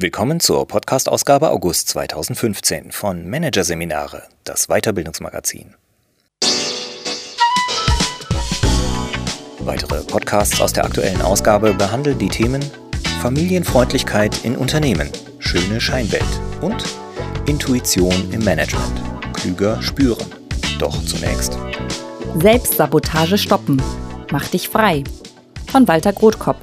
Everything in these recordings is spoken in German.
Willkommen zur Podcast-Ausgabe August 2015 von Managerseminare, das Weiterbildungsmagazin. Weitere Podcasts aus der aktuellen Ausgabe behandeln die Themen Familienfreundlichkeit in Unternehmen, schöne Scheinwelt und Intuition im Management, klüger spüren. Doch zunächst Selbstsabotage stoppen. Mach dich frei. Von Walter Grothkopp.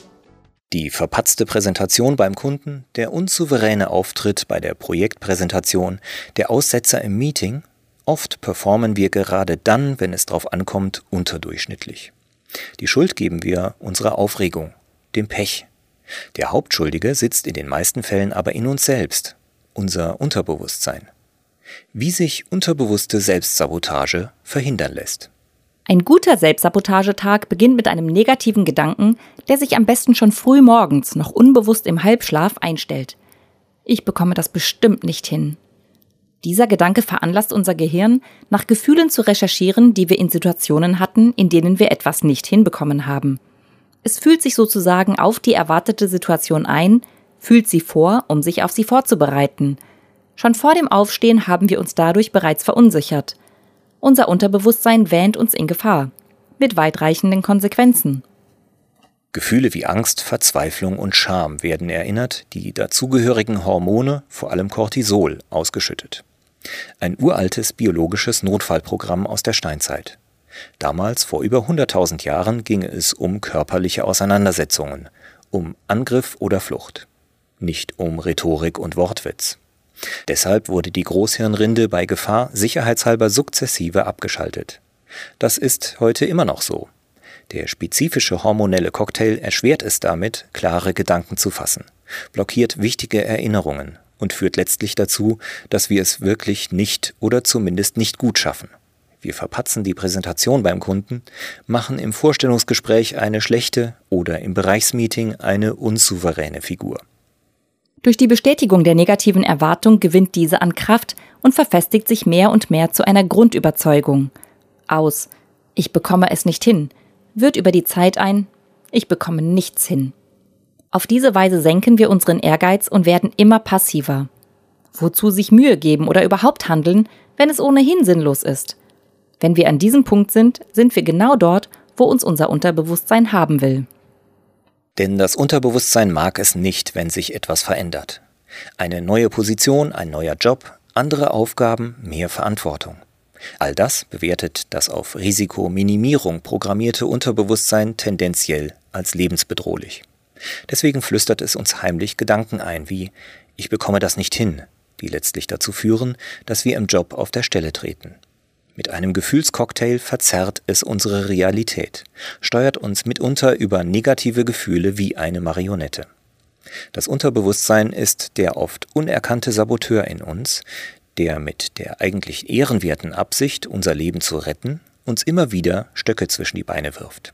Die verpatzte Präsentation beim Kunden, der unsouveräne Auftritt bei der Projektpräsentation, der Aussetzer im Meeting. Oft performen wir gerade dann, wenn es drauf ankommt, unterdurchschnittlich. Die Schuld geben wir unserer Aufregung, dem Pech. Der Hauptschuldige sitzt in den meisten Fällen aber in uns selbst, unser Unterbewusstsein. Wie sich unterbewusste Selbstsabotage verhindern lässt. Ein guter Selbstsabotagetag beginnt mit einem negativen Gedanken, der sich am besten schon früh morgens, noch unbewusst im Halbschlaf, einstellt. Ich bekomme das bestimmt nicht hin. Dieser Gedanke veranlasst unser Gehirn, nach Gefühlen zu recherchieren, die wir in Situationen hatten, in denen wir etwas nicht hinbekommen haben. Es fühlt sich sozusagen auf die erwartete Situation ein, fühlt sie vor, um sich auf sie vorzubereiten. Schon vor dem Aufstehen haben wir uns dadurch bereits verunsichert. Unser Unterbewusstsein wähnt uns in Gefahr, mit weitreichenden Konsequenzen. Gefühle wie Angst, Verzweiflung und Scham werden erinnert, die dazugehörigen Hormone, vor allem Cortisol, ausgeschüttet. Ein uraltes biologisches Notfallprogramm aus der Steinzeit. Damals, vor über 100.000 Jahren, ging es um körperliche Auseinandersetzungen, um Angriff oder Flucht, nicht um Rhetorik und Wortwitz. Deshalb wurde die Großhirnrinde bei Gefahr sicherheitshalber sukzessive abgeschaltet. Das ist heute immer noch so. Der spezifische hormonelle Cocktail erschwert es damit, klare Gedanken zu fassen, blockiert wichtige Erinnerungen und führt letztlich dazu, dass wir es wirklich nicht oder zumindest nicht gut schaffen. Wir verpatzen die Präsentation beim Kunden, machen im Vorstellungsgespräch eine schlechte oder im Bereichsmeeting eine unsouveräne Figur. Durch die Bestätigung der negativen Erwartung gewinnt diese an Kraft und verfestigt sich mehr und mehr zu einer Grundüberzeugung. Aus »Ich bekomme es nicht hin« wird über die Zeit ein »Ich bekomme nichts hin«. Auf diese Weise senken wir unseren Ehrgeiz und werden immer passiver. Wozu sich Mühe geben oder überhaupt handeln, wenn es ohnehin sinnlos ist? Wenn wir an diesem Punkt sind, sind wir genau dort, wo uns unser Unterbewusstsein haben will. Denn das Unterbewusstsein mag es nicht, wenn sich etwas verändert. Eine neue Position, ein neuer Job, andere Aufgaben, mehr Verantwortung. All das bewertet das auf Risikominimierung programmierte Unterbewusstsein tendenziell als lebensbedrohlich. Deswegen flüstert es uns heimlich Gedanken ein wie »Ich bekomme das nicht hin«, die letztlich dazu führen, dass wir im Job auf der Stelle treten. Mit einem Gefühlscocktail verzerrt es unsere Realität, steuert uns mitunter über negative Gefühle wie eine Marionette. Das Unterbewusstsein ist der oft unerkannte Saboteur in uns, der mit der eigentlich ehrenwerten Absicht, unser Leben zu retten, uns immer wieder Stöcke zwischen die Beine wirft.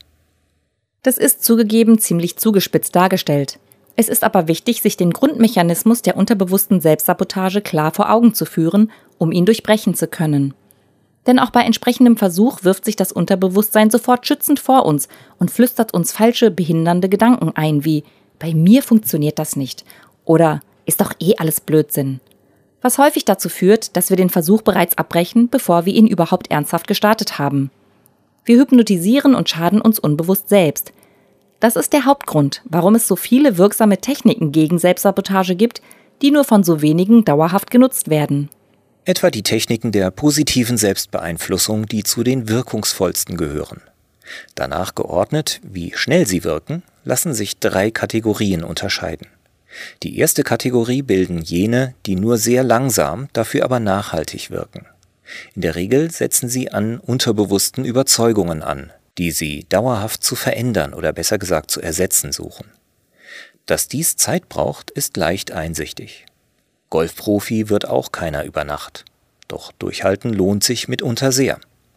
Das ist zugegeben ziemlich zugespitzt dargestellt. Es ist aber wichtig, sich den Grundmechanismus der unterbewussten Selbstsabotage klar vor Augen zu führen, um ihn durchbrechen zu können. Denn auch bei entsprechendem Versuch wirft sich das Unterbewusstsein sofort schützend vor uns und flüstert uns falsche, behindernde Gedanken ein, wie »bei mir funktioniert das nicht« oder »ist doch eh alles Blödsinn«, was häufig dazu führt, dass wir den Versuch bereits abbrechen, bevor wir ihn überhaupt ernsthaft gestartet haben. Wir hypnotisieren und schaden uns unbewusst selbst. Das ist der Hauptgrund, warum es so viele wirksame Techniken gegen Selbstsabotage gibt, die nur von so wenigen dauerhaft genutzt werden. Etwa die Techniken der positiven Selbstbeeinflussung, die zu den wirkungsvollsten gehören. Danach geordnet, wie schnell sie wirken, lassen sich 3 Kategorien unterscheiden. Die erste Kategorie bilden jene, die nur sehr langsam, dafür aber nachhaltig wirken. In der Regel setzen sie an unterbewussten Überzeugungen an, die sie dauerhaft zu verändern oder besser gesagt zu ersetzen suchen. Dass dies Zeit braucht, ist leicht einsichtig. Golfprofi wird auch keiner über Nacht. Doch durchhalten lohnt sich mitunter sehr.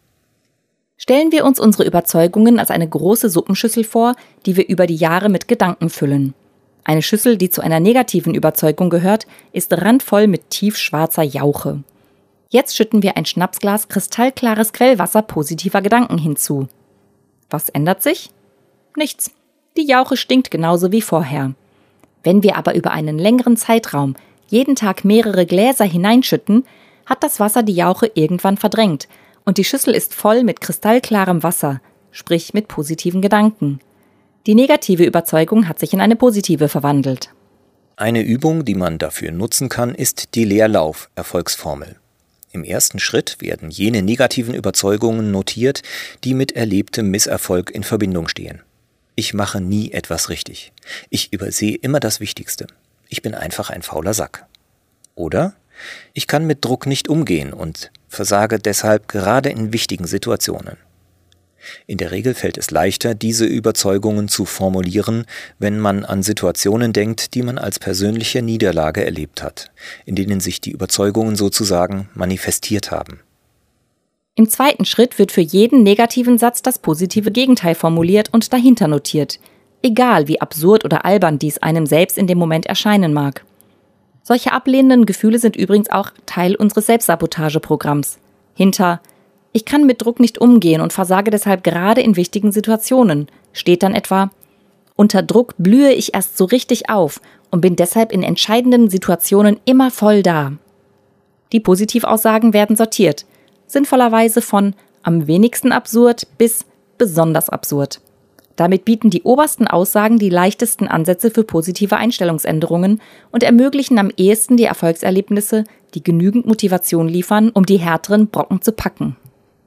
Stellen wir uns unsere Überzeugungen als eine große Suppenschüssel vor, die wir über die Jahre mit Gedanken füllen. Eine Schüssel, die zu einer negativen Überzeugung gehört, ist randvoll mit tiefschwarzer Jauche. Jetzt schütten wir ein Schnapsglas kristallklares Quellwasser positiver Gedanken hinzu. Was ändert sich? Nichts. Die Jauche stinkt genauso wie vorher. Wenn wir aber über einen längeren Zeitraum jeden Tag mehrere Gläser hineinschütten, hat das Wasser die Jauche irgendwann verdrängt und die Schüssel ist voll mit kristallklarem Wasser, sprich mit positiven Gedanken. Die negative Überzeugung hat sich in eine positive verwandelt. Eine Übung, die man dafür nutzen kann, ist die Leerlauf-Erfolgsformel. Im ersten Schritt werden jene negativen Überzeugungen notiert, die mit erlebtem Misserfolg in Verbindung stehen. Ich mache nie etwas richtig. Ich übersehe immer das Wichtigste. Ich bin einfach ein fauler Sack. Oder ich kann mit Druck nicht umgehen und versage deshalb gerade in wichtigen Situationen. In der Regel fällt es leichter, diese Überzeugungen zu formulieren, wenn man an Situationen denkt, die man als persönliche Niederlage erlebt hat, in denen sich die Überzeugungen sozusagen manifestiert haben. Im zweiten Schritt wird für jeden negativen Satz das positive Gegenteil formuliert und dahinter notiert, egal wie absurd oder albern dies einem selbst in dem Moment erscheinen mag. Solche ablehnenden Gefühle sind übrigens auch Teil unseres Selbstsabotageprogramms. Hinter „Ich kann mit Druck nicht umgehen und versage deshalb gerade in wichtigen Situationen" steht dann etwa „Unter Druck blühe ich erst so richtig auf und bin deshalb in entscheidenden Situationen immer voll da." Die Positivaussagen werden sortiert, sinnvollerweise von am wenigsten absurd bis besonders absurd. Damit bieten die obersten Aussagen die leichtesten Ansätze für positive Einstellungsänderungen und ermöglichen am ehesten die Erfolgserlebnisse, die genügend Motivation liefern, um die härteren Brocken zu packen.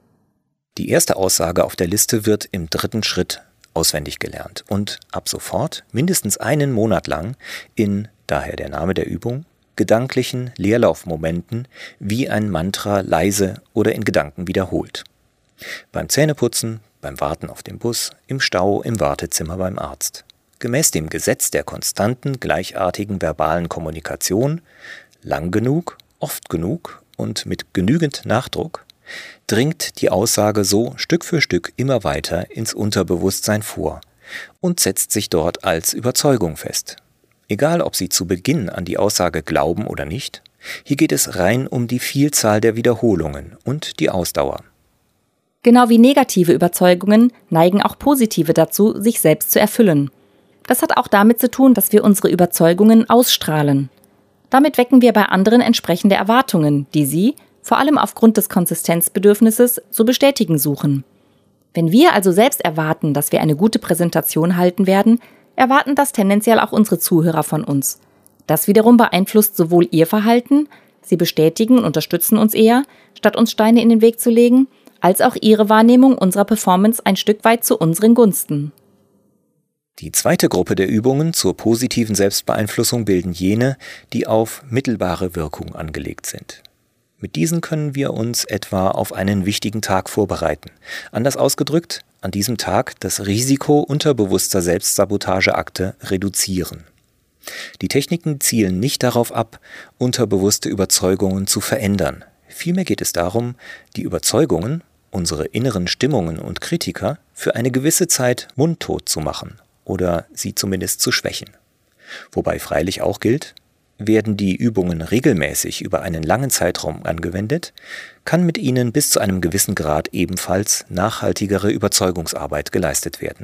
Die erste Aussage auf der Liste wird im dritten Schritt auswendig gelernt und ab sofort mindestens einen Monat lang in, daher der Name der Übung, gedanklichen Leerlaufmomenten wie ein Mantra leise oder in Gedanken wiederholt. Beim Zähneputzen, beim Warten auf den Bus, im Stau, im Wartezimmer beim Arzt. Gemäß dem Gesetz der konstanten, gleichartigen verbalen Kommunikation, lang genug, oft genug und mit genügend Nachdruck, dringt die Aussage so Stück für Stück immer weiter ins Unterbewusstsein vor und setzt sich dort als Überzeugung fest. Egal, ob Sie zu Beginn an die Aussage glauben oder nicht, hier geht es rein um die Vielzahl der Wiederholungen und die Ausdauer. Genau wie negative Überzeugungen neigen auch positive dazu, sich selbst zu erfüllen. Das hat auch damit zu tun, dass wir unsere Überzeugungen ausstrahlen. Damit wecken wir bei anderen entsprechende Erwartungen, die sie, vor allem aufgrund des Konsistenzbedürfnisses, zu bestätigen suchen. Wenn wir also selbst erwarten, dass wir eine gute Präsentation halten werden, erwarten das tendenziell auch unsere Zuhörer von uns. Das wiederum beeinflusst sowohl ihr Verhalten, sie bestätigen und unterstützen uns eher, statt uns Steine in den Weg zu legen, als auch ihre Wahrnehmung unserer Performance ein Stück weit zu unseren Gunsten. Die zweite Gruppe der Übungen zur positiven Selbstbeeinflussung bilden jene, die auf mittelbare Wirkung angelegt sind. Mit diesen können wir uns etwa auf einen wichtigen Tag vorbereiten. Anders ausgedrückt, an diesem Tag das Risiko unterbewusster Selbstsabotageakte reduzieren. Die Techniken zielen nicht darauf ab, unterbewusste Überzeugungen zu verändern. Vielmehr geht es darum, die Überzeugungen, unsere inneren Stimmungen und Kritiker, für eine gewisse Zeit mundtot zu machen oder sie zumindest zu schwächen. Wobei freilich auch gilt, werden die Übungen regelmäßig über einen langen Zeitraum angewendet, kann mit ihnen bis zu einem gewissen Grad ebenfalls nachhaltigere Überzeugungsarbeit geleistet werden.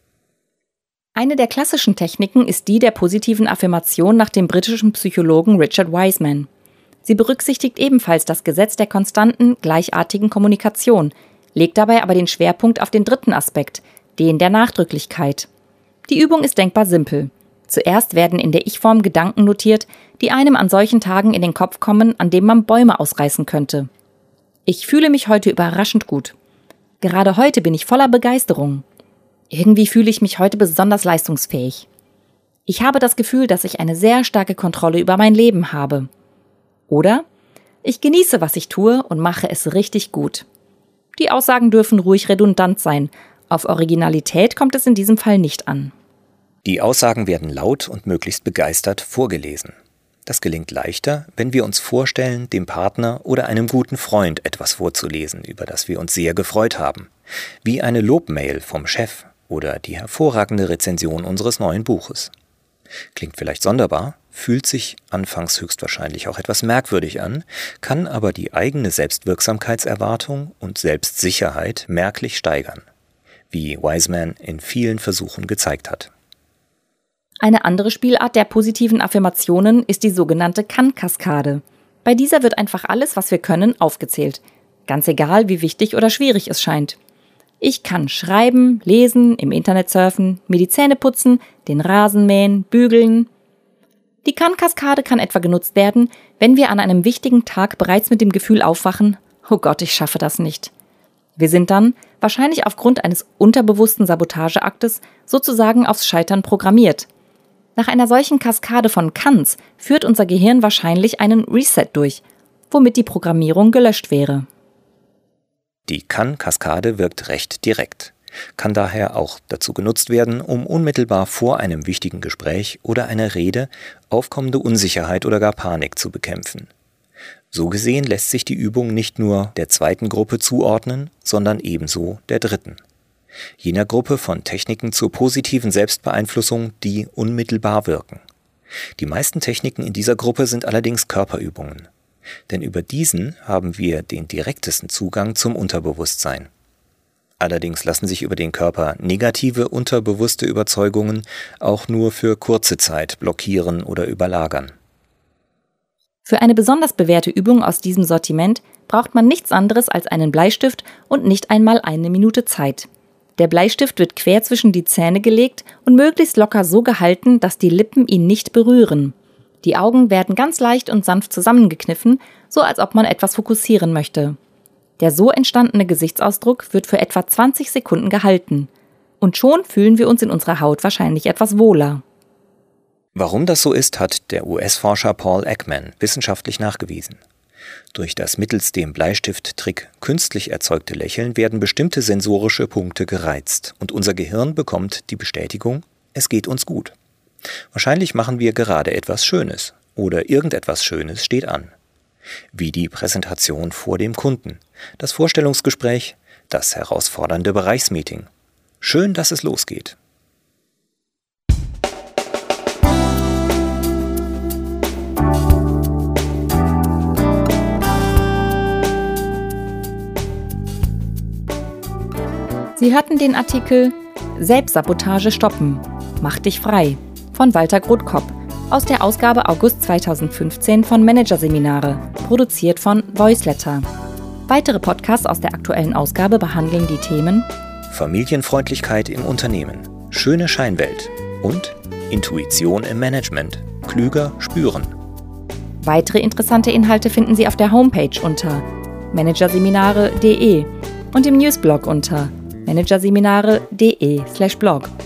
Eine der klassischen Techniken ist die der positiven Affirmation nach dem britischen Psychologen Richard Wiseman. Sie berücksichtigt ebenfalls das Gesetz der konstanten, gleichartigen Kommunikation, legt dabei aber den Schwerpunkt auf den dritten Aspekt, den der Nachdrücklichkeit. Die Übung ist denkbar simpel. Zuerst werden in der Ich-Form Gedanken notiert, die einem an solchen Tagen in den Kopf kommen, an dem man Bäume ausreißen könnte. Ich fühle mich heute überraschend gut. Gerade heute bin ich voller Begeisterung. Irgendwie fühle ich mich heute besonders leistungsfähig. Ich habe das Gefühl, dass ich eine sehr starke Kontrolle über mein Leben habe. Oder ich genieße, was ich tue und mache es richtig gut. Die Aussagen dürfen ruhig redundant sein. Auf Originalität kommt es in diesem Fall nicht an. Die Aussagen werden laut und möglichst begeistert vorgelesen. Das gelingt leichter, wenn wir uns vorstellen, dem Partner oder einem guten Freund etwas vorzulesen, über das wir uns sehr gefreut haben, wie eine Lobmail vom Chef oder die hervorragende Rezension unseres neuen Buches. Klingt vielleicht sonderbar, fühlt sich anfangs höchstwahrscheinlich auch etwas merkwürdig an, kann aber die eigene Selbstwirksamkeitserwartung und Selbstsicherheit merklich steigern, wie Wiseman in vielen Versuchen gezeigt hat. Eine andere Spielart der positiven Affirmationen ist die sogenannte Kann-Kaskade. Bei dieser wird einfach alles, was wir können, aufgezählt. Ganz egal, wie wichtig oder schwierig es scheint. Ich kann schreiben, lesen, im Internet surfen, mir die Zähne putzen, den Rasen mähen, bügeln. Die Kann-Kaskade kann etwa genutzt werden, wenn wir an einem wichtigen Tag bereits mit dem Gefühl aufwachen, oh Gott, ich schaffe das nicht. Wir sind dann, wahrscheinlich aufgrund eines unterbewussten Sabotageaktes, sozusagen aufs Scheitern programmiert. Nach einer solchen Kaskade von Kanns führt unser Gehirn wahrscheinlich einen Reset durch, womit die Programmierung gelöscht wäre. Die Kann-Kaskade wirkt recht direkt, kann daher auch dazu genutzt werden, um unmittelbar vor einem wichtigen Gespräch oder einer Rede aufkommende Unsicherheit oder gar Panik zu bekämpfen. So gesehen lässt sich die Übung nicht nur der zweiten Gruppe zuordnen, sondern ebenso der dritten. Jener Gruppe von Techniken zur positiven Selbstbeeinflussung, die unmittelbar wirken. Die meisten Techniken in dieser Gruppe sind allerdings Körperübungen. Denn über diesen haben wir den direktesten Zugang zum Unterbewusstsein. Allerdings lassen sich über den Körper negative, unterbewusste Überzeugungen auch nur für kurze Zeit blockieren oder überlagern. Für eine besonders bewährte Übung aus diesem Sortiment braucht man nichts anderes als einen Bleistift und nicht einmal 1 Minute Zeit. Der Bleistift wird quer zwischen die Zähne gelegt und möglichst locker so gehalten, dass die Lippen ihn nicht berühren. Die Augen werden ganz leicht und sanft zusammengekniffen, so als ob man etwas fokussieren möchte. Der so entstandene Gesichtsausdruck wird für etwa 20 Sekunden gehalten. Und schon fühlen wir uns in unserer Haut wahrscheinlich etwas wohler. Warum das so ist, hat der US-Forscher Paul Ekman wissenschaftlich nachgewiesen. Durch das mittels dem Bleistift-Trick künstlich erzeugte Lächeln werden bestimmte sensorische Punkte gereizt und unser Gehirn bekommt die Bestätigung, es geht uns gut. Wahrscheinlich machen wir gerade etwas Schönes oder irgendetwas Schönes steht an. Wie die Präsentation vor dem Kunden, das Vorstellungsgespräch, das herausfordernde Bereichsmeeting. Schön, dass es losgeht. Sie hörten den Artikel Selbstsabotage stoppen. Mach dich frei von Walter Groth-Kopp aus der Ausgabe August 2015 von Managerseminare, produziert von Voiceletter. Weitere Podcasts aus der aktuellen Ausgabe behandeln die Themen Familienfreundlichkeit im Unternehmen, schöne Scheinwelt und Intuition im Management, klüger spüren. Weitere interessante Inhalte finden Sie auf der Homepage unter managerseminare.de und im Newsblog unter managerseminare.de/blog.